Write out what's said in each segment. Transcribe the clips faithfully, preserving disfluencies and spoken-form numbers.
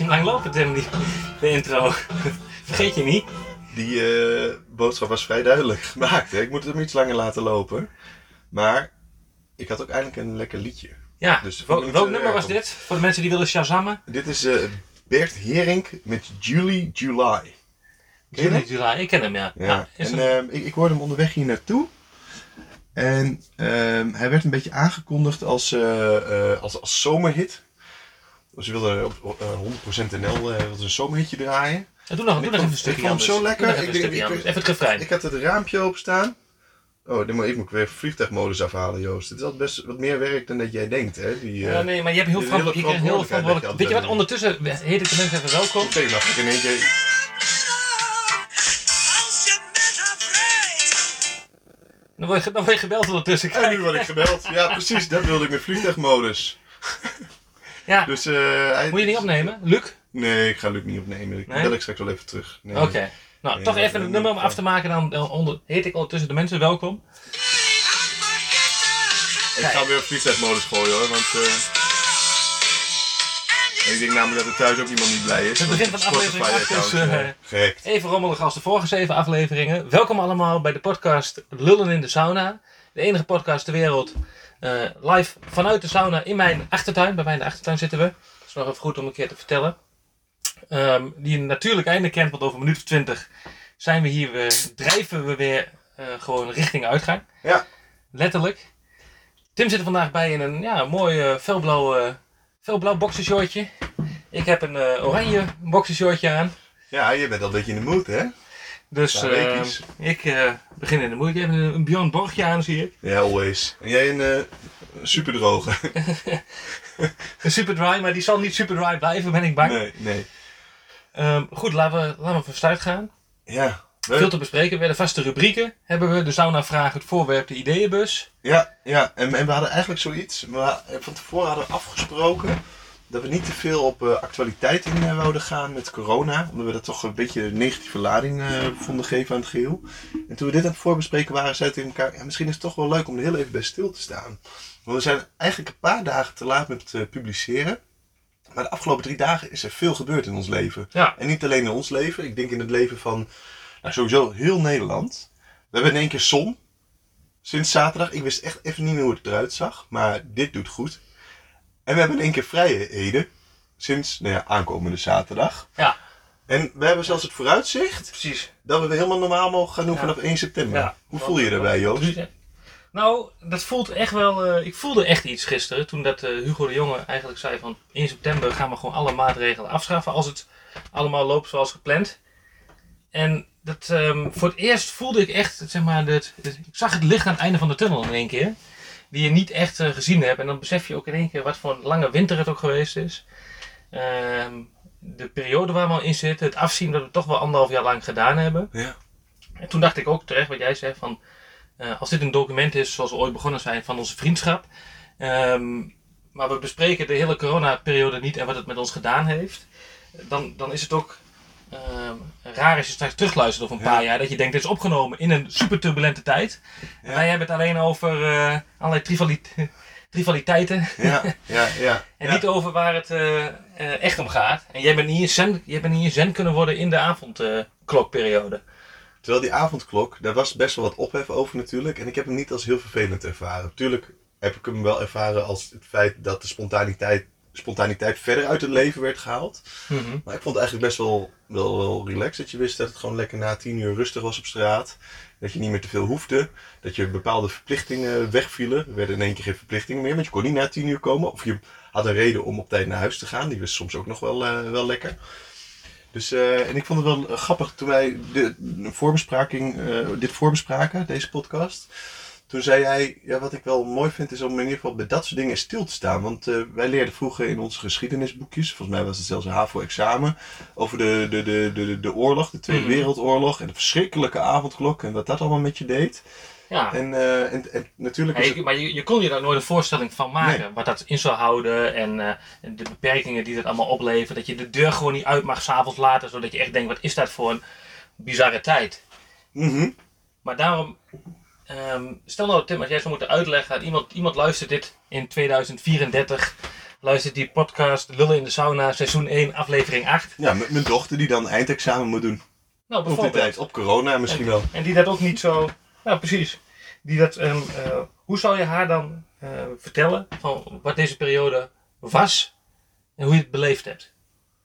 hem lang lopen, Tim, die, de intro. Vergeet je niet. Die uh, boodschap was vrij duidelijk gemaakt. Hè? Ik moet hem iets langer laten lopen. Maar ik had ook eindelijk een lekker liedje. Ja, dus welk uh, nummer was dit? Voor de mensen die willen shazammen? Dit is uh, Bert Herink met Julie July. Julie July, ik ken hem, ja. ja. ja en, een... uh, ik, ik hoorde hem onderweg hier naartoe. En uh, hij werd een beetje aangekondigd als, uh, uh, als, als zomerhit. Dus we wilden op uh, honderd procent N L uh, een zomerhitje draaien. Ja, doe nog, doe nog even een stukje Ik vond hem zo lekker. Even, ik, ik, ik, even het refrein. Ik had het raampje openstaan. Oh, dan moet ik moet weer vliegtuigmodus afhalen, Joost. Het is altijd best wat meer werk dan dat jij denkt, hè? Die, uh, ja, nee, maar je hebt heel veel verantwoordelijkheid. Weet je wat, ondertussen heet ik de mensen even welkom. Oké, okay, mag ik in één keer... Dan word, je, dan word je gebeld ondertussen. En nu word ik gebeld. Ja, precies. Dat wilde ik met vliegtuigmodus. Ja. Dus, uh, hij... Moet je niet opnemen? Luc? Nee, ik ga Luc niet opnemen. Ik nee? bel ik straks wel even terug. Nee. Oké. Okay. Nou, nee, toch even het nummer om af te maken. Dan onder, heet ik ondertussen de mensen welkom. Ik ga weer op vliegtuigmodus gooien hoor. Want... Uh... En ik denk namelijk dat er thuis ook iemand niet blij is. Het begin van aflevering acht is uh, even rommelig als de vorige zeven afleveringen. Welkom allemaal bij de podcast Lullen in de Sauna. De enige podcast ter wereld uh, live vanuit de sauna in mijn achtertuin. Bij mij in de achtertuin zitten we. Dat is nog even goed om een keer te vertellen. Um, die een natuurlijk einde kent, want over een minuut of twintig zijn we hier, uh, drijven we weer uh, gewoon richting uitgang. Ja. Letterlijk. Tim zit er vandaag bij in een ja, mooi uh, felblauw... Uh, Felblauw boxershortje. Ik heb een uh, oranje boxershortje aan. Ja, je bent al een beetje in de mood, hè? Dus uh, ik uh, begin in de mood. Ik heb een, een Bjorn Borgje aan, zie ik. Ja, yeah, always. En jij een uh, super droge. Een super dry, maar die zal niet super dry blijven, ben ik bang. Nee, nee. Um, goed, laten we, laten we van start gaan. Ja. Leuk. Veel te bespreken. Weer de vaste rubrieken hebben we. De sauna-vraag, het voorwerp, de ideeënbus. Ja, ja. En, en we hadden eigenlijk zoiets. We, van tevoren hadden we afgesproken dat we niet te veel op uh, actualiteit in uh, wouden gaan met corona. Omdat we dat toch een beetje een negatieve lading uh, vonden geven aan het geheel. En toen we dit aan het voorbespreken waren, zeiden we tegen elkaar, ja, misschien is het toch wel leuk om er heel even bij stil te staan. Want we zijn eigenlijk een paar dagen te laat met uh, publiceren. Maar de afgelopen drie dagen is er veel gebeurd in ons leven. Ja. En niet alleen in ons leven. Ik denk in het leven van... Nou, sowieso heel Nederland. We hebben in één keer zon. Sinds zaterdag. Ik wist echt even niet meer hoe het eruit zag. Maar dit doet goed. En we hebben in één keer vrijheden. Sinds nou ja, aankomende zaterdag. Ja. En we hebben zelfs het vooruitzicht. Precies. Dat we weer helemaal normaal mogen gaan doen ja. vanaf één september. Ja. Hoe voel je je daarbij, Joost? Nou, dat voelt echt wel... Uh, ik voelde echt iets gisteren. Toen dat uh, Hugo de Jonge eigenlijk zei van... één september gaan we gewoon alle maatregelen afschaffen. Als het allemaal loopt zoals gepland. En... Dat, um, voor het eerst voelde ik echt, zeg maar, dat, dat, ik zag het licht aan het einde van de tunnel in één keer. Die je niet echt uh, gezien hebt. En dan besef je ook in één keer wat voor een lange winter het ook geweest is. Um, de periode waar we al in zitten, het afzien dat we toch wel anderhalf jaar lang gedaan hebben. Ja. En toen dacht ik ook terecht wat jij zei van, uh, als dit een document is zoals we ooit begonnen zijn van onze vriendschap. Um, maar we bespreken de hele coronaperiode niet en wat het met ons gedaan heeft. Dan, dan is het ook... Uh, raar als je straks terugluistert over een paar ja. jaar, dat je denkt, dit is opgenomen in een super turbulente tijd. Ja. En wij hebben het alleen over uh, allerlei trivalit- trivaliteiten. Ja, ja, ja. en ja. niet over waar het uh, uh, echt om gaat. En jij bent niet in zen, jij bent niet in zen kunnen worden in de avondklokperiode. Uh, Terwijl die avondklok, daar was best wel wat ophef over natuurlijk. En ik heb hem niet als heel vervelend ervaren. Natuurlijk heb ik hem wel ervaren als het feit dat de spontaniteit spontaniteit verder uit het leven werd gehaald. Mm-hmm. Maar ik vond het eigenlijk best wel, wel, wel relaxed. Dat je wist dat het gewoon lekker na tien uur rustig was op straat. Dat je niet meer te veel hoefde. Dat je bepaalde verplichtingen wegvielen. Er werden in één keer geen verplichtingen meer. Want je kon niet na tien uur komen. Of je had een reden om op tijd naar huis te gaan. Die was soms ook nog wel, uh, wel lekker. Dus, uh, en ik vond het wel grappig toen wij de, de voorbespraking, uh, dit voorbespraken, deze podcast. Toen zei hij, ja, wat ik wel mooi vind is om in ieder geval bij dat soort dingen stil te staan. Want uh, wij leerden vroeger in onze geschiedenisboekjes, volgens mij was het zelfs een HAVO-examen, over de, de, de, de, de oorlog, de Tweede mm-hmm. Wereldoorlog en de verschrikkelijke avondklok en wat dat allemaal met je deed. Ja. En, uh, en, en natuurlijk ja, is je, het... Maar je, je kon je daar nooit een voorstelling van maken, nee. Wat dat in zou houden en, uh, en de beperkingen die dat allemaal opleveren. Dat je de deur gewoon niet uit mag 's avonds later, zodat je echt denkt, wat is dat voor een bizarre tijd. Mm-hmm. Maar daarom... Um, stel nou Tim, als jij zou moeten uitleggen, iemand, iemand luistert dit in tweeduizend vierendertig, luistert die podcast Lullen in de Sauna, seizoen één, aflevering acht. Ja, met mijn dochter die dan eindexamen moet doen. Nou, Op die bijvoorbeeld. tijd, op corona misschien en, wel. En die dat ook niet zo... Nou, precies. Die dat, um, uh, hoe zou je haar dan uh, vertellen van wat deze periode was en hoe je het beleefd hebt?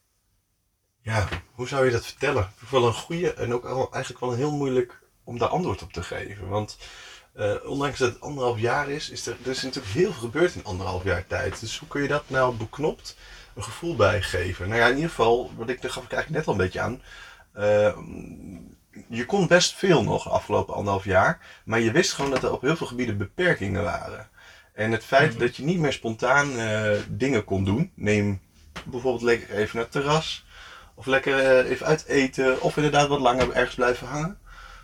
Ja, hoe zou je dat vertellen? Dat is wel een goede en ook al, eigenlijk wel een heel moeilijk om daar antwoord op te geven. Want uh, ondanks dat het anderhalf jaar is, is er, er is natuurlijk heel veel gebeurd in anderhalf jaar tijd. Dus hoe kun je dat nou beknopt een gevoel bijgeven? Nou ja, in ieder geval, wat ik, daar gaf ik eigenlijk net al een beetje aan. Uh, je kon best veel nog de afgelopen anderhalf jaar, maar je wist gewoon dat er op heel veel gebieden beperkingen waren. En het feit mm-hmm. dat je niet meer spontaan uh, dingen kon doen, neem bijvoorbeeld lekker even naar het terras, of lekker uh, even uit eten, of inderdaad wat langer ergens blijven hangen.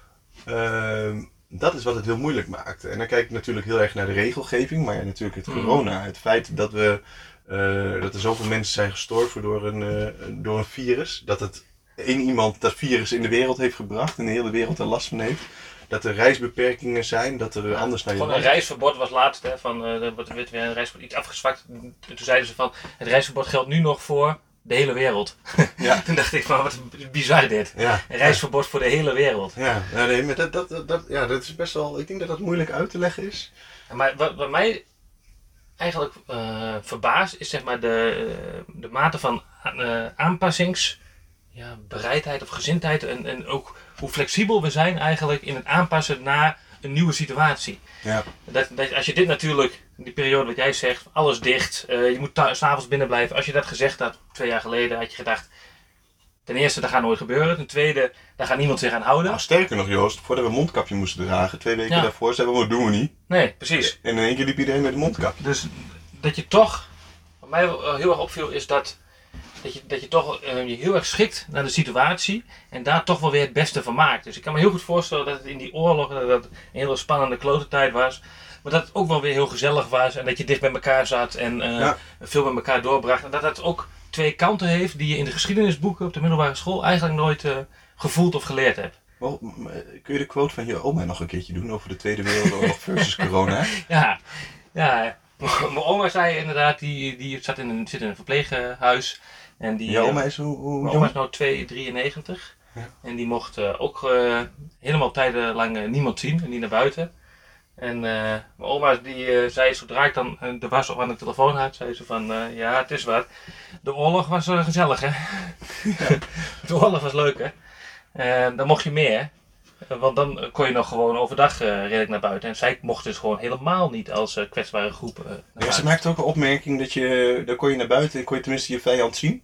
Uh, dat is wat het heel moeilijk maakte. En dan kijk ik natuurlijk heel erg naar de regelgeving, maar ja, natuurlijk het corona. Het feit dat, we, uh, dat er zoveel mensen zijn gestorven door een, uh, door een virus, dat het één iemand dat virus in de wereld heeft gebracht en de hele wereld er last van heeft. Dat er reisbeperkingen zijn, dat er ja, anders naar je Gewoon een reisverbod was laatst, hè, van, uh, er werd weer een reisverbod iets afgezwakt. Toen zeiden ze van, het reisverbod geldt nu nog voor de hele wereld. Ja. Toen dacht ik van, wat bizar dit. Ja. Een reisverbod ja. voor de hele wereld. Ja, ja nee, maar dat, dat, dat, dat, ja, dat is best wel, ik denk dat dat moeilijk uit te leggen is. Maar wat, wat mij eigenlijk uh, verbaast, is zeg maar de, de mate van uh, aanpassings... Ja, bereidheid of gezindheid en, en ook hoe flexibel we zijn eigenlijk in het aanpassen naar een nieuwe situatie. Ja. Dat, dat, als je dit natuurlijk, die periode wat jij zegt, alles dicht, uh, je moet ta- 's avonds binnen blijven. Als je dat gezegd had twee jaar geleden, had je gedacht, ten eerste, dat gaat nooit gebeuren. Ten tweede, daar gaat niemand zich aan houden. Nou, sterker nog Joost, voordat we een mondkapje moesten dragen, twee weken ja. daarvoor, zeiden we, dat doen we niet. Nee, precies. En in één keer liep iedereen met een mondkapje. Dus dat je toch, wat mij heel erg opviel, is dat Dat je, dat je toch uh, je heel erg schikt naar de situatie en daar toch wel weer het beste van maakt. Dus ik kan me heel goed voorstellen dat het in die oorlog dat het een hele spannende klote tijd was. Maar dat het ook wel weer heel gezellig was en dat je dicht bij elkaar zat en uh, ja. veel met elkaar doorbracht. En dat het ook twee kanten heeft die je in de geschiedenisboeken op de middelbare school eigenlijk nooit uh, gevoeld of geleerd hebt. Well, kun je de quote van je oma nog een keertje doen over de Tweede Wereldoorlog versus corona? Ja, ja. Mijn oma zei inderdaad, die, die zat in een, zit in een verpleeghuis. En die, je oma is hoe, hoe Mijn oma is nou twee komma drieënnegentig. Ja. En die mocht uh, ook uh, helemaal tijdenlang uh, niemand zien en niet naar buiten. En uh, mijn oma die uh, zei, zodra ik dan uh, de was of aan de telefoon had, zei ze van, uh, ja het is wat. De oorlog was uh, gezellig hè. Ja. De oorlog was leuk hè. Uh, dan mocht je meer. Uh, want dan kon je nog gewoon overdag uh, redelijk naar buiten. En zij mocht dus gewoon helemaal niet als uh, kwetsbare groep uh, ja, ze maakte ook een opmerking dat je, dan kon je naar buiten en kon je tenminste je vijand zien.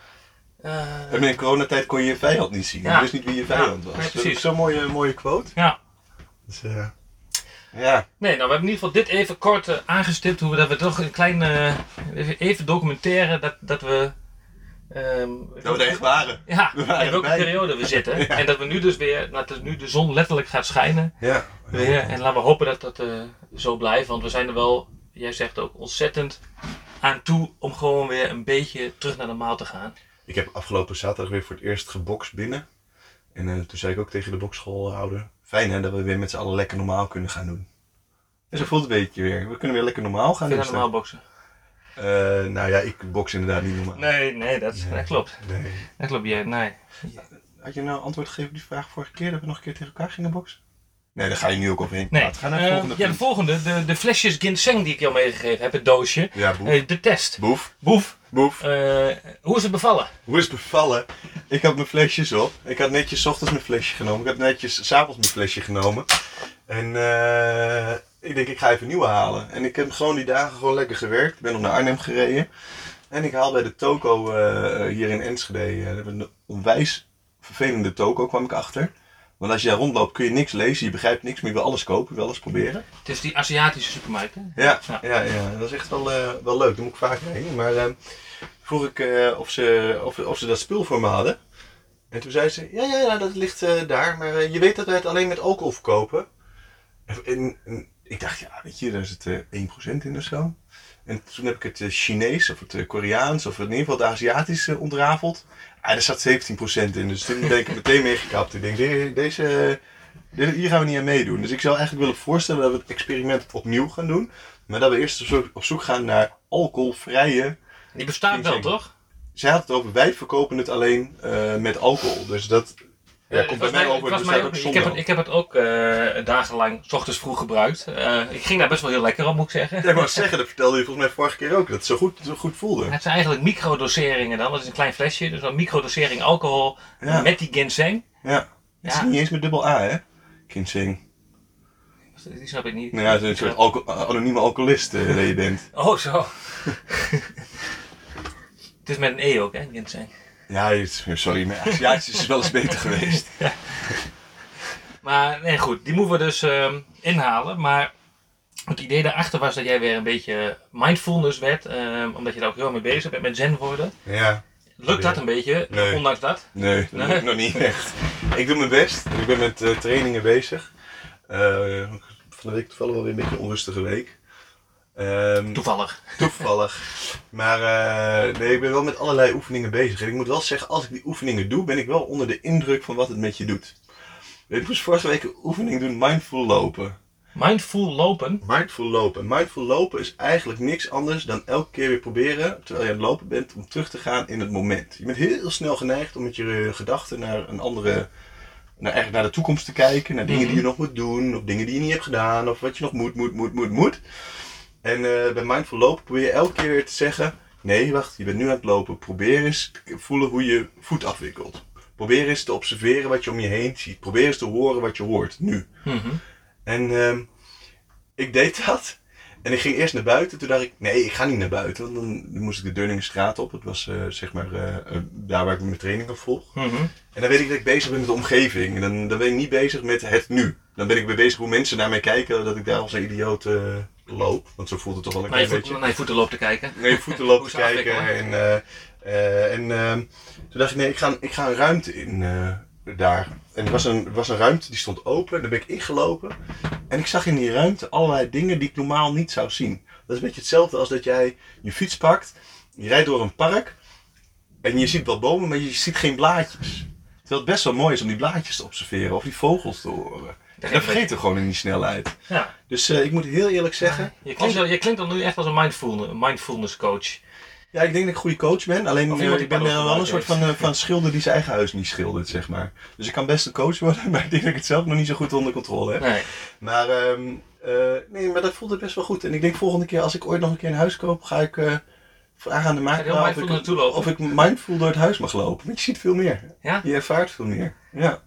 Uh, en in coronatijd kon je je vijand niet zien. Ja. Je wist niet wie je vijand ja, was. Nee, precies. Dat is zo'n mooie, mooie quote. Ja. Dus, uh, ja. Nee, nou we hebben in ieder geval dit even kort uh, aangestipt. Hoe we, dat we toch een klein, uh, even documenteren dat, dat we... Um, dat we er echt waren. Ja, we waren in welke periode we zitten. Ja. En dat we nu dus weer, dat nu de zon letterlijk gaat schijnen. Ja. Weer. En laten we hopen dat dat uh, zo blijft. Want we zijn er wel, jij zegt ook, ontzettend aan toe om gewoon weer een beetje terug naar normaal te gaan. Ik heb afgelopen zaterdag weer voor het eerst gebokst binnen. En uh, toen zei ik ook tegen de boksschoolhouder, fijn hè, dat we weer met z'n allen lekker normaal kunnen gaan doen. En zo voelt het een beetje weer. We kunnen weer lekker normaal gaan doen. Vind je normaal boksen? Uh, nou ja, ik boks inderdaad niet normaal. Nee, nee, dat, nee, dat klopt. Nee. Dat klopt, jij, nee. Had je nou antwoord gegeven op die vraag vorige keer, dat we nog een keer tegen elkaar gingen boksen? Nee, daar ga je nu ook overheen nee. praten. Ga naar de uh, volgende. Ja, de volgende. De, de flesjes ginseng die ik jou meegegeven heb, het doosje. Ja, boef. Uh, de test. Boef. Boef. Boef. Uh, hoe is het bevallen? Hoe is het bevallen? Ik had mijn flesjes op. Ik had netjes 's ochtends mijn flesje genomen. Ik had netjes 's avonds mijn flesje genomen. En uh, ik denk, ik ga even een nieuwe halen. En ik heb gewoon die dagen gewoon lekker gewerkt. Ik ben nog naar Arnhem gereden. En ik haal bij de toko uh, hier in Enschede. Uh, een onwijs vervelende toko kwam ik achter. Want als je daar rondloopt kun je niks lezen, je begrijpt niks, maar je wil alles kopen, je wil alles proberen. Het is die Aziatische supermarkt, hè? Ja, ja. ja, ja. Dat is echt wel, uh, wel leuk, daar moet ik vaker heen. Maar uh, vroeg ik uh, of, ze, of, of ze dat spul voor me hadden. En toen zei ze, ja, ja, ja dat ligt uh, daar, maar uh, je weet dat wij het alleen met alcohol verkopen. En, en, en ik dacht, ja, weet je, daar zit uh, één procent in of zo. En toen heb ik het uh, Chinees of het uh, Koreaans of in ieder geval het Aziatische uh, ontrafeld. Ah, daar zat zeventien procent in, dus toen ben ik meteen meegekapt. Ik denk, de, deze, de, hier gaan we niet aan meedoen. Dus ik zou eigenlijk willen voorstellen dat we het experiment opnieuw gaan doen. maar dat we eerst op zoek, op zoek gaan naar alcoholvrije... Die bestaat wel, ginseng. toch? Zij had het over, wij verkopen het alleen uh, met alcohol. Dus dat ja, Ja, komt het bij was mij over, het het was mij bestaat ook- ook ik, zonder heb het, ik heb het ook eh, dagenlang, 's ochtends vroeg gebruikt. Eh, ik ging daar best wel heel lekker op, moet ik zeggen. Ja, ik wou zeggen, dat vertelde je volgens mij vorige keer ook, dat het zo goed, zo goed voelde. Het zijn eigenlijk microdoseringen dan, dat is een klein flesje. Dus een microdosering alcohol Ja. met die ginseng. Ja, het is Ja. niet eens met dubbel A, hè? Ginseng. Die snap ik niet. Nou ja, het is een soort alco- anonieme alcoholist uh, dat je bent. Oh, zo. Het is met een E ook, hè, ginseng. Ja, het- sorry, maar Aziatisch is wel eens beter geweest. Maar nee, goed, die moeten we dus ehm, inhalen. Maar het idee daarachter was dat jij weer een beetje mindfulness werd. ehm, omdat je daar ook heel mee bezig bent met zen worden. Ja, Lukt dat een beetje, Nee. ondanks dat? nee, dat Nee? lukt nog niet echt. Ik doe mijn best. Ik ben met uh, trainingen bezig. Uh, van de week toevallig wel weer een beetje een onrustige week. Ehm, Toevallig. Toevallig. Maar uh, nee, ik ben wel met allerlei oefeningen bezig. En ik moet wel zeggen, als ik die oefeningen doe, ben ik wel onder de indruk van wat het met je doet. Ik moest vorige week een oefening doen, mindful lopen. Mindful lopen. Mindful lopen. Mindful lopen is eigenlijk niks anders dan elke keer weer proberen, terwijl je aan het lopen bent, om terug te gaan in het moment. Je bent heel snel geneigd om met je uh, gedachten naar een andere, naar, eigenlijk naar de toekomst te kijken, naar dingen die je nog moet doen, of dingen die je niet hebt gedaan, of wat je nog moet, moet, moet, moet, moet. En uh, bij mindful lopen probeer je elke keer weer te zeggen, nee, wacht, je bent nu aan het lopen, probeer eens te voelen hoe je voet afwikkelt. Probeer eens te observeren wat je om je heen ziet. Probeer eens te horen wat je hoort, nu. Mm-hmm. En uh, ik deed dat. En ik ging eerst naar buiten. Toen dacht ik, nee, ik ga niet naar buiten. Want dan, dan moest ik de Deurningenstraat op. Het was uh, zeg maar uh, uh, daar waar ik mijn trainingen volg. Mm-hmm. En dan weet ik dat ik bezig ben met de omgeving. En dan, dan ben ik niet bezig met het nu. Dan ben ik weer bezig hoe mensen naar mij kijken. Dat ik daar als een idioot uh, loop. Want zo voelt het toch wel een Naar je, klein voet, beetje. naar je voeten lopen te kijken. Naar je voeten lopen Hoe te ze kijken. afwikkelen. En, uh, uh, en uh, toen dacht ik, nee, ik ga, ik ga een ruimte in uh, daar. En er was, een, er was een ruimte die stond open. Daar ben ik ingelopen. En ik zag in die ruimte allerlei dingen die ik normaal niet zou zien. Dat is een beetje hetzelfde als dat jij je fiets pakt. Je rijdt door een park. En je ziet wel bomen, maar je ziet geen blaadjes. Terwijl het best wel mooi is om die blaadjes te observeren. Of die vogels te horen. En dat vergeet we gewoon in die snelheid. Ja. Dus uh, ik moet heel eerlijk zeggen. Je klinkt, als- je klinkt dan nu echt als een mindfulness, een mindfulness coach. Ja, ik denk dat ik een goede coach ben. Alleen Of uh, iemand ik die ben uh, paddo's wel een soort gebruikt van, uh, van schilder die zijn eigen huis niet schildert, zeg maar. Dus ik kan best een coach worden, maar ik denk dat ik het zelf nog niet zo goed onder controle heb. Nee. Maar, um, uh, nee, maar dat voelde best wel goed. En ik denk volgende keer, als ik ooit nog een keer een huis koop, ga ik uh, vragen aan de Ga je heel makelaar of mindful ik, naartoe lopen? of ik mindful door het huis mag lopen. Want je ziet veel meer. Ja? Je ervaart veel meer. Ja.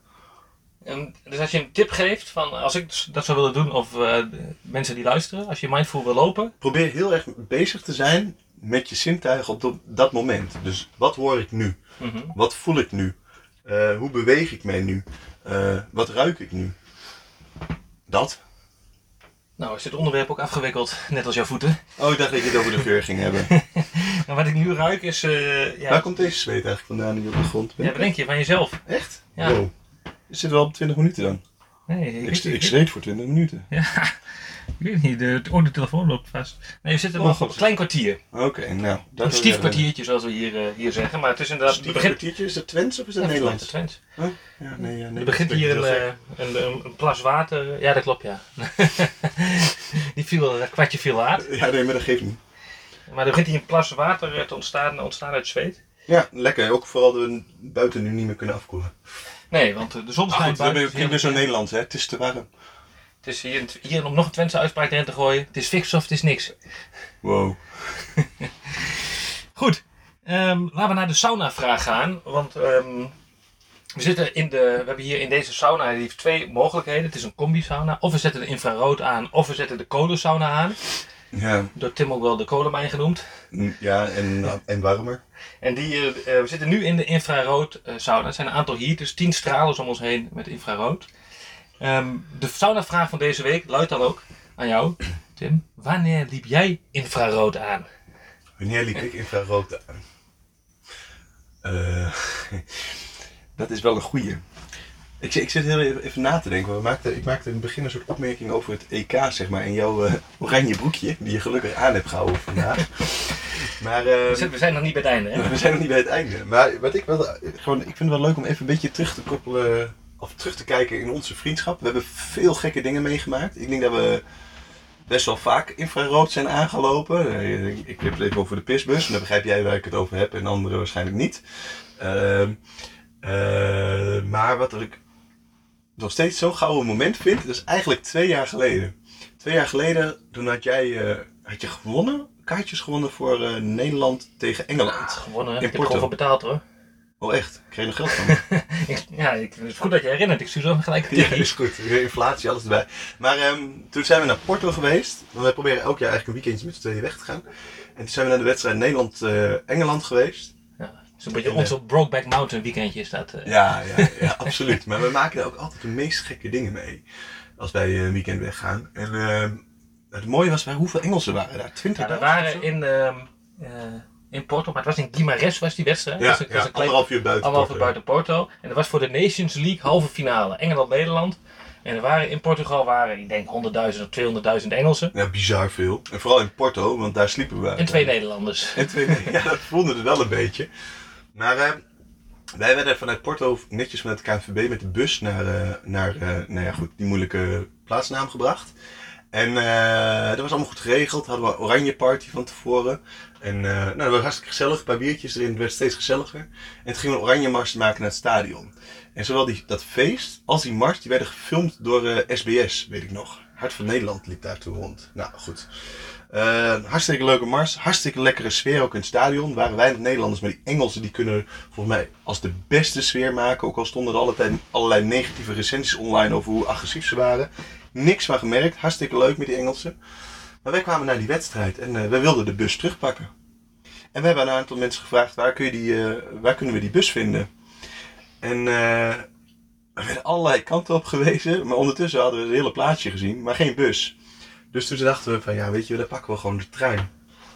En dus als je een tip geeft van als ik dat zou willen doen of uh, mensen die luisteren, als je mindful wil lopen. Probeer heel erg bezig te zijn met je zintuigen op dat- dat moment. Dus wat hoor ik nu? Mm-hmm. Wat voel ik nu? Uh, hoe beweeg ik mij nu? Uh, wat ruik ik nu? Dat. Nou is dit onderwerp ook afgewikkeld, net als jouw voeten. Oh, ik dacht dat je het over de geur ging hebben. En wat ik nu ruik is, uh, ja, Waar komt deze zweet eigenlijk vandaan die op de grond bent? ja, bedenk je van jezelf. Echt? Ja. Wow. Je zit wel op twintig minuten dan. Nee, ik, Ik, weet- st- ik ik- zweet voor twintig minuten. Ja, ik weet niet, de, oh, de telefoon loopt vast. Nee, we zitten Oh, nog op God. een klein kwartier. Oké, okay, nou. Dat Een was stief weer, kwartiertje zoals we hier, uh, hier zeggen, maar het is inderdaad, Stief het begint, kwartiertje, is dat Twents of is dat ja, Nederlands? Twents. Oh, ja, nee, ja, nee, Er begint dat is hier heel een, gek. uh, een, een plas water, ja dat klopt ja. Die viel, dat kwartje viel laat. Ja, nee, maar dat geeft niet. Maar er begint hier een plas water uh, te ontstaan, ontstaan uit zweet. Ja, lekker. Ook vooral dat we buiten nu niet meer kunnen afkoelen. Nee, want uh, de zon Ah, schijnt goed, we hebben buiten. klinkt dus zo Nederlands, hè. Het is te warm. Het is hier, hier om nog een Twentse uitspraak erin te gooien. Het is fix of het is niks. Wow. Goed, um, laten we naar de sauna-vraag gaan. Want um, we, zitten in de, we hebben hier in deze sauna die heeft twee mogelijkheden. Het is een combi-sauna. Of we zetten de infrarood aan, of we zetten de kolensauna aan. Ja, Door Tim ook wel de kolenmijn genoemd. mm, ja en, en warmer. En die, uh, uh, we zitten nu in de infrarood uh, sauna. Er zijn een aantal heaters, tien stralers om ons heen met infrarood. Um, de sauna-vraag van deze week luidt dan ook aan jou, Tim. Wanneer liep jij infrarood aan? Wanneer liep ik infrarood aan? Uh, dat is wel een goeie. Ik, ik zit heel even, even na te denken. We maakten, ik maakte in het begin een soort opmerking over het E K, zeg maar. En jouw uh, oranje broekje, die je gelukkig aan hebt gehouden vandaag. Maar, uh, We zijn nog niet bij het einde, hè? we zijn nog niet bij het einde. Maar wat ik, wel, gewoon, ik vind het wel leuk om even een beetje terug te koppelen, of terug te kijken in onze vriendschap. We hebben veel gekke dingen meegemaakt. Ik denk dat we best wel vaak infrarood zijn aangelopen. Uh, ik heb het even over de pisbus, en dan begrijp jij waar ik het over heb en anderen waarschijnlijk niet. Uh, uh, maar wat ik nog steeds zo'n gouden moment vind, dat is eigenlijk twee jaar geleden. Twee jaar geleden, toen had jij uh, had je gewonnen, kaartjes gewonnen voor uh, Nederland tegen Engeland. Ah, gewonnen, in ik heb er gewoon voor betaald hoor. Oh echt? Ik kreeg nog geld van me. ja, ik, het is goed dat je herinnert. Ik stuur zo gelijk een Ja, tikkie. is goed. Inflatie, alles erbij. Maar um, toen zijn we naar Porto geweest. Want wij proberen elk jaar eigenlijk een weekendje met z'n tweeën weg te gaan. En toen zijn we naar de wedstrijd Nederland-Engeland uh, geweest. Ja, zo'n beetje onze Brokeback Mountain weekendje is dat. Uh. Ja, ja, ja, absoluut. Maar we maken er ook altijd de meest gekke dingen mee. Als wij uh, een weekend weggaan. En uh, het mooie was, bij hoeveel Engelsen waren daar? twintig? Ja, we waren in... Uh, uh, in Porto, maar het was in Guimarães was die wedstrijd. Ja, dat is een, ja, dat is een anderhalf uur buiten anderhalf Porto. uur buiten Porto. En dat was voor de Nations League halve finale. Engeland-Nederland. En er waren in Portugal waren, ik denk honderdduizend of tweehonderdduizend Engelsen. Ja, bizar veel. En vooral in Porto, want daar sliepen we. En twee Nederlanders. En twee Ja, dat voelde het wel een beetje. Maar uh, wij werden vanuit Porto netjes met het K N V B met de bus naar, uh, naar uh, nou ja, goed, die moeilijke plaatsnaam gebracht. En uh, dat was allemaal goed geregeld. Hadden we een oranje party van tevoren. En uh, nou, dat was hartstikke gezellig. Een paar biertjes erin. Het werd steeds gezelliger. En toen gingen we een oranje mars maken naar het stadion. En zowel die, dat feest als die mars, die werden gefilmd door uh, S B S, weet ik nog. Hart van Nederland liep daar toen rond. Nou, goed. Uh, hartstikke leuke mars. Hartstikke lekkere sfeer ook in het stadion. Er waren weinig Nederlanders, maar die Engelsen die kunnen volgens mij als de beste sfeer maken. Ook al stonden er allerlei, allerlei negatieve recensies online over hoe agressief ze waren. Niks van gemerkt. Hartstikke leuk met die Engelsen. Maar wij kwamen naar die wedstrijd en uh, wij wilden de bus terugpakken. En we hebben aan een aantal mensen gevraagd, waar, kun je die, uh, waar kunnen we die bus vinden? En uh, we werden allerlei kanten op gewezen, maar ondertussen hadden we het hele plaatje gezien, maar geen bus. Dus toen dachten we van, ja weet je, dan pakken we gewoon de trein.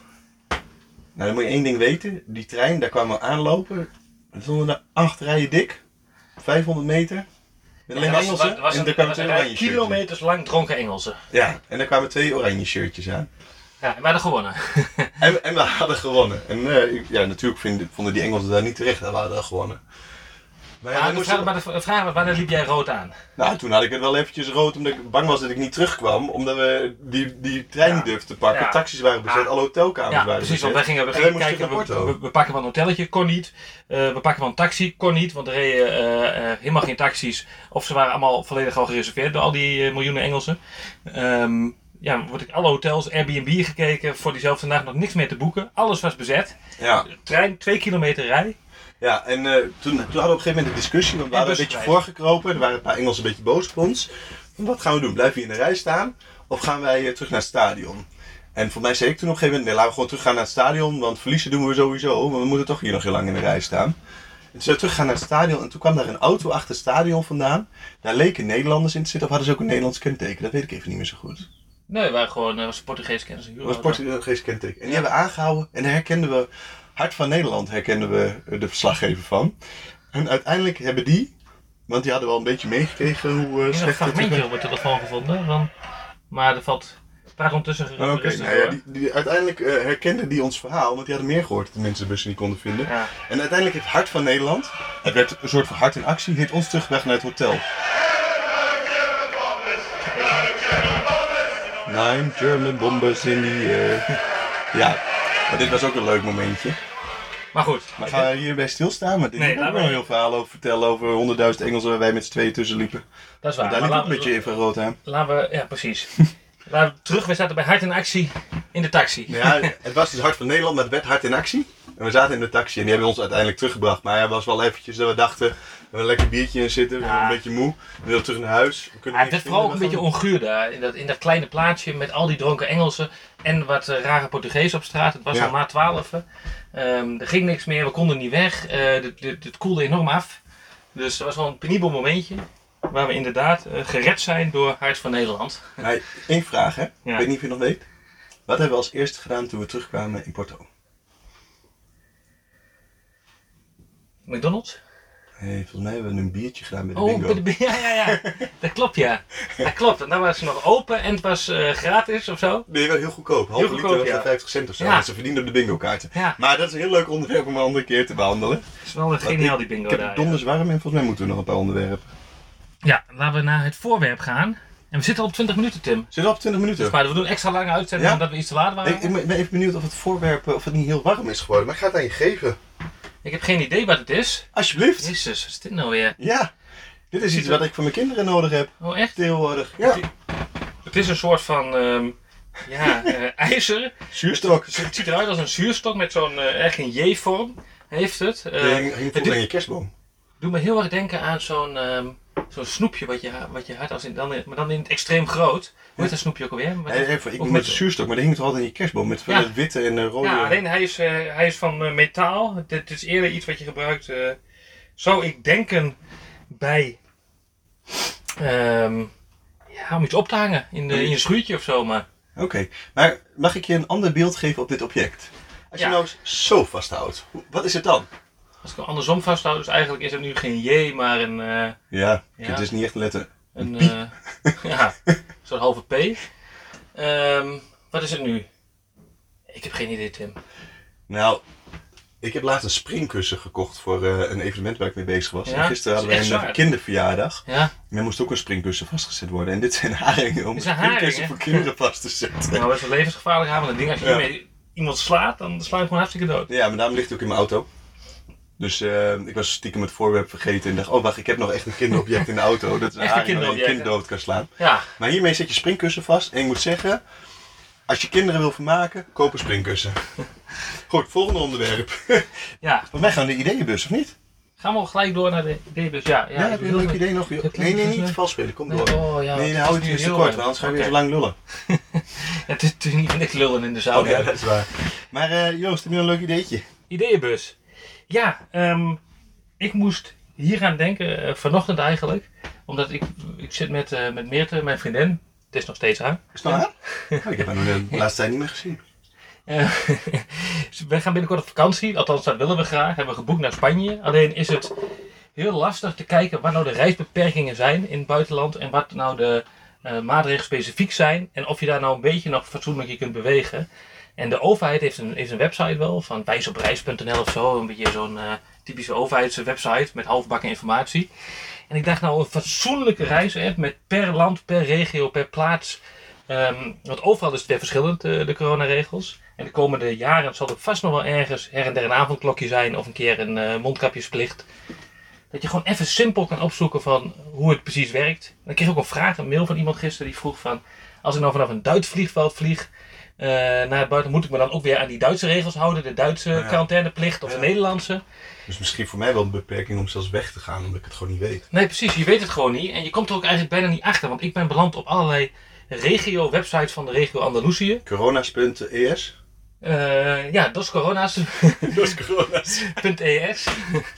Nou, dan moet je één ding weten. Die trein, daar kwamen we aanlopen. Er stonden daar acht rijen dik. vijfhonderd meter. Met alleen Ja, Engelsen. was, was en een, er kwamen was twee een oranje rij kilometers lang dronken Engelsen. Ja, en er kwamen twee oranje shirtjes aan. Ja, en wij hadden gewonnen. En, en we hadden gewonnen. En uh, ja, natuurlijk vinden, vonden die Engelsen daar niet terecht dat we hadden gewonnen. Maar, ja, Maar, de moesten... vraag, maar de vraag was, wanneer liep jij rood aan? Nou, toen had ik het wel eventjes rood omdat ik bang was dat ik niet terugkwam. Omdat we die, die trein niet Ja. durfden te pakken. Ja. Taxis waren bezet, Ja. alle hotelkamers Ja, waren precies, bezet. want wij gingen, we En wij gingen moesten kijken, naar we, Porto. we, we pakken van een hotelletje, kon niet. Uh, we pakken van een taxi, kon niet, want er reden uh, uh, helemaal geen taxis. Of ze waren allemaal volledig al gereserveerd door al die uh, miljoenen Engelsen. Um, ja, word ik alle hotels, Airbnb gekeken, voor diezelfde nacht nog niks meer te boeken. Alles was bezet. Ja. Trein, twee kilometer rij. Ja, en uh, toen, toen hadden we op een gegeven moment een discussie, want we En waren een beetje busprijs. voorgekropen. Er waren een paar Engelsen een beetje boos op ons. Van, wat gaan we doen? Blijven we in de rij staan? Of gaan wij uh, terug naar het stadion? En voor mij zei ik toen op een gegeven moment, nee, laten we gewoon terug gaan naar het stadion, want verliezen doen we sowieso, want we moeten toch hier nog heel lang in de rij staan. En toen zijn we terug gaan naar het stadion en toen kwam daar een auto achter het stadion vandaan. Daar leken Nederlanders in te zitten, of hadden ze ook een Nederlands kenteken? Dat weet ik even niet meer zo goed. Nee, we waren gewoon, uh, was Portugees kennen ze. Dat was Portugees kenteken. En die hebben we aangehouden en daar herkenden we, Hart van Nederland herkenden we de verslaggever van. En uiteindelijk hebben die, want die hadden wel een beetje meegekregen hoe uh, Ik heb een slecht het fragmentje op mijn telefoon gevonden, van, maar er valt praat ondertussen Oké, okay, nou ja, die, die, uiteindelijk uh, herkenden die ons verhaal, want die hadden meer gehoord dat de mensen de bussen niet konden vinden. Ja. En uiteindelijk heeft Hart van Nederland, het werd een soort van hart in actie, heeft ons teruggebracht naar het hotel. Nine German bombers in the air. Ja, maar dit was ook een leuk momentje. Maar goed. Maar gaan we hierbij stilstaan? Maar dit Nee, nee, ik ook we... nog een heel verhaal over vertellen over honderdduizend Engelsen waar wij met z'n tweeën tussen liepen. Dat is waar. Want daar liep ook we, een beetje infrarood aan. Laten we, ja precies. Laten we terug, we zaten bij Hart in Actie in de taxi. Ja, het was dus Hart van Nederland, maar het werd Hart in Actie. En we zaten in de taxi en die hebben ons uiteindelijk teruggebracht. Maar ja, was wel eventjes dat we dachten, we hebben een lekker biertje in zitten, we zijn Ja. een beetje moe. We willen terug naar huis. We Ja, het werd vooral ook een beetje onguur daar, in dat, in dat kleine plaatsje met al die dronken Engelsen en wat uh, rare Portugees op straat. Het was Ja. al na twaalf. Um, er ging niks meer, we konden niet weg. Uh, dit, dit, dit koelde enorm af. Dus het was wel een penibel momentje. Waar we inderdaad uh, gered zijn door Hart van Nederland. Maar één vraag hè, Ja. ik weet niet of je nog weet. Wat hebben we als eerste gedaan toen we terugkwamen in Porto? McDonald's? Nee, volgens mij hebben we een biertje gedaan bij de Oh, bingo. bij de, ja, ja, ja. Dat klopt, ja. Dat klopt. En dan was het nog open en het was uh, gratis of zo. Nee, wel heel goedkoop. Halve Heel liter goedkoop, was ja. vijftig cent of zo. Ja. En ze verdienen op de bingo kaarten. Ja. Maar dat is een heel leuk onderwerp om een andere keer te behandelen. Het is wel geniaal die bingo Ik heb daar. het donders warm en volgens mij moeten we nog een paar onderwerpen. Ja. Ja, laten we naar het voorwerp gaan. En we zitten al op twintig minuten, Tim. Zit al op twintig minuten? Dus, maar we doen extra lange uitzending Ja? omdat we iets te laat waren. Ik, ik ben even benieuwd of het voorwerp of het niet heel warm is geworden. Maar ik ga het aan je geven. Ik heb geen idee wat het is. Alsjeblieft. Jezus, wat is dit nou weer? Ja. Dit is iets wat ik voor mijn kinderen nodig heb. Oh, echt? Tegenwoordig. Ja. Het is een soort van um, ja, uh, ijzer. Zuurstok. Het, het ziet eruit als een zuurstok met zo'n uh, echt een J-vorm. Heeft het. Uh, Je hing hing vroeger aan je kerstboom. Doe me heel erg denken aan zo'n um, zo'n snoepje wat je, wat je had, als in, dan in, maar dan in het extreem groot. Hoe heet dat snoepje ook alweer? Nee, even, ik noem het zuurstok, maar dat hing toch altijd in je kerstboom met Ja. het witte en uh, rode. Ja, alleen hij is, uh, hij is van uh, metaal. Het is eerder iets wat je gebruikt, uh, zou ik denken, bij um, ja, om iets op te hangen in, de, in je schuurtje of zo. Maar Oké, okay. Maar mag ik je een ander beeld geven op dit object? Als je Ja. nou eens zo vasthoudt, hoe- wat is het dan? als ik hem andersom vasthoud, dus eigenlijk is het nu geen J, maar een, uh, Ja, Ja. het is niet echt een letter. een uh, ja, zo'n halve P. Um, wat is het nu? Ik heb geen idee, Tim. Nou, ik heb laatst een springkussen gekocht voor uh, een evenement waar ik mee bezig was. Ja, En gisteren dat hadden is wij echt een zwaar. kinderverjaardag. Ja, En er moest ook een springkussen vastgezet worden. En dit zijn haringen om Dit een zijn springkussen haringen? voor kinderen vast te zetten. nou, dat is wel levensgevaarlijk aan, want het ding, als je Ja. hiermee iemand slaat, dan sla je hem gewoon hartstikke dood. Ja, maar daarom ligt hij ook in mijn auto. Dus uh, ik was stiekem het voorwerp vergeten en dacht, oh wacht, ik heb nog echt een kinderobject in de auto. Dat is een Echt een haring waar je een kinderobject, kind dood kan slaan. Ja, Maar hiermee zet je springkussen vast. En ik moet zeggen, als je kinderen wil vermaken, koop een springkussen. Goed, volgende onderwerp. ja. Want wij gaan de ideeënbus, of niet? Gaan we al gelijk door naar de ideebus? Ja, ja, Ja, ik heb je een bedoel- leuk idee nog? het Nee, klinkt nee, dus niet leuk. vals spelen, kom Nee, door. oh, ja, Nee, dan het hou is je het nu te heel kort, erg. want anders gaan we weer Oké. zo lang lullen. Het is natuurlijk niet van niks lullen in de zaal. Oh ja, dat is waar. Maar uh, Joost, heb je een leuk ideetje? Ideeënbus. Ja, um, ik moest hier aan denken, uh, vanochtend eigenlijk. Omdat ik, ik zit met, uh, met Meerte, mijn vriendin. Het is nog steeds haar. Is het nou aan? Oh, ik heb haar nu de laatste tijd niet meer gezien. Uh, wij gaan binnenkort op vakantie, althans dat willen we graag. Hebben we geboekt naar Spanje. Alleen is het heel lastig te kijken wat nou de reisbeperkingen zijn in het buitenland. En wat nou de uh, maatregelen specifiek zijn. En of je daar nou een beetje nog fatsoenlijk je kunt bewegen. En de overheid heeft een, heeft een website wel, van wijsopreis punt n l of zo. Een beetje zo'n uh, typische overheidswebsite met halfbakken informatie. En ik dacht nou een fatsoenlijke reisapp met per land, per regio, per plaats. Um, want overal is het weer verschillend, uh, de coronaregels. En de komende jaren zal er vast nog wel ergens her en der een avondklokje zijn of een keer een uh, mondkapjesplicht. Dat je gewoon even simpel kan opzoeken van hoe het precies werkt. En ik kreeg ook een vraag, een mail van iemand gisteren die vroeg van... Als ik nou vanaf een Duits vliegveld vlieg uh, naar het buiten, moet ik me dan ook weer aan die Duitse regels houden? De Duitse Ja. quarantaineplicht of Ja. de Nederlandse? Dus misschien voor mij wel een beperking om zelfs weg te gaan, omdat ik het gewoon niet weet. Nee, precies. Je weet het gewoon niet. En je komt er ook eigenlijk bijna niet achter. Want ik ben beland op allerlei regio-websites van de regio Andalusië. Corona's punt e s? Uh, ja, dos coronas Dos corona's. punt e s.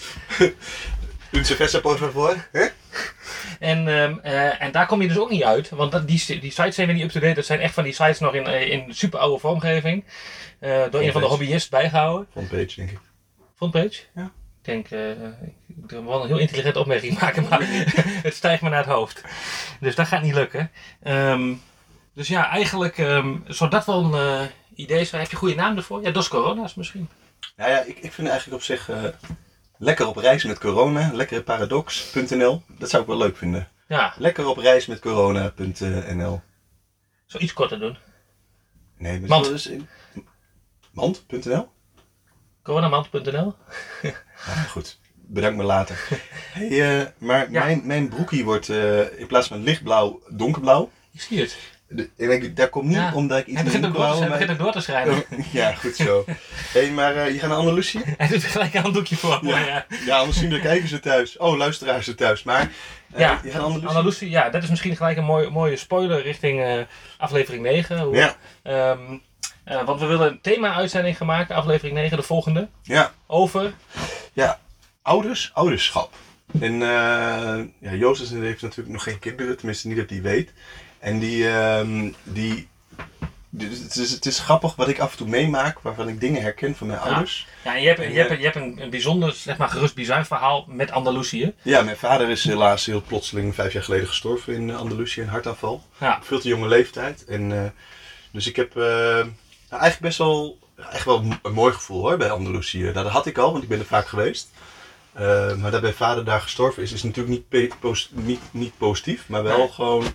Un cerveza por favor. Hè? En, um, uh, en daar kom je dus ook niet uit. Want dat, die, die sites zijn weer niet up-to-date. Dat zijn echt van die sites nog in, uh, in super oude vormgeving. Uh, door een van de hobbyisten bijgehouden. Frontpage, denk ik. Frontpage? Ja. Ik denk, uh, ik wil wel een heel intelligente opmerking maken, maar het stijgt me naar het hoofd. Dus dat gaat niet lukken. Um, dus ja, eigenlijk um, zou dat wel een uh, idee zijn. Heb je een goede naam ervoor? Ja, Dos Corona's misschien. Nou ja, ik, ik vind eigenlijk op zich uh, lekker op reis met corona. Lekkere paradox punt n l. Dat zou ik wel leuk vinden. Ja. Lekker op reis met corona punt n l. Zou iets korter doen. Nee, maar Mand. zo is in... Mand punt n l? coronamand punt n l. Ja, goed. Bedankt me later. Hey, uh, maar Ja. mijn, mijn broekie wordt uh, in plaats van lichtblauw donkerblauw. Ik zie het. De, en ik, dat komt niet Ja. omdat ik iets Hij begint ook door, wou, hij maar- begint ook door te schrijven. Ja, goed zo. Hé, hey, maar uh, je gaat naar Andalusië? Hij doet er gelijk een handdoekje voor. Ja. Maar ja. Ja, anders zien de kijkers er thuis. Oh, luisteraars er thuis. Maar uh, Ja. je gaat naar Andalusië? Andalusië, ja, dat is misschien gelijk een mooie, mooie spoiler richting uh, aflevering negen. Hoe, Ja, um, uh, want we willen een thema-uitzending gaan maken, aflevering negen, de volgende. ja. Over. Ja, ouders, ouderschap. En uh, ja, Joost heeft natuurlijk nog geen kinderen, tenminste niet dat hij weet. En die, um, die, die het, is, het is grappig wat ik af en toe meemaak, waarvan ik dingen herken van mijn Ja. ouders. Ja, en je hebt, En, je hebt, uh, je hebt een, een bijzonder, zeg maar, gerust bizar verhaal met Andalusië. Ja, mijn vader is helaas heel plotseling vijf jaar geleden gestorven in Andalusië, een hartaanval. Ja. Op veel te jonge leeftijd. En, uh, dus ik heb uh, nou, eigenlijk best wel, echt wel een mooi gevoel hoor, bij Andalusië. Dat had ik al, want ik ben er vaak geweest. Uh, maar dat mijn vader daar gestorven is, is natuurlijk niet, pe- post- niet, niet positief, maar wel Nee. gewoon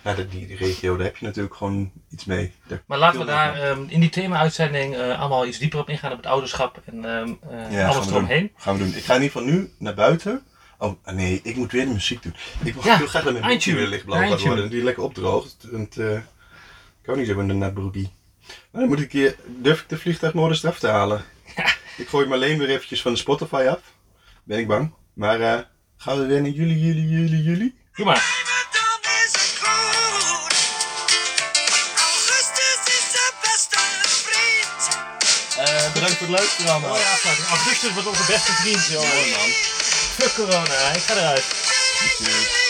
Ja, die, die regio, daar heb je natuurlijk gewoon iets mee. Daar Maar laten we veel daar mee. um, in die thema-uitzending uh, allemaal iets dieper op ingaan op het ouderschap en um, uh, Ja, alles gaan we eromheen. doen. Gaan we doen. Ik ga in ieder geval nu naar buiten. Oh nee, ik moet weer de muziek doen. Ik wil Ja, heel graag dat mijn broekje weer lichtblauw gaat eindtune. worden. Die lekker opdroogt. Want uh, ik hou niet zo van de natbroekie. Maar dan moet ik een keer, durf ik de vliegtuigmodus eraf te halen. Ja. Ik gooi hem alleen weer eventjes van de Spotify af. Ben ik bang. Maar uh, gaan we weer naar juli, juli, juli, juli? Doe maar. Uh, bedankt voor het luisteren allemaal. Oh ja, afsluiting. Augustus wordt onze beste vriend, joh. Mooi man. Fuck corona, ik ga eruit. Tjus.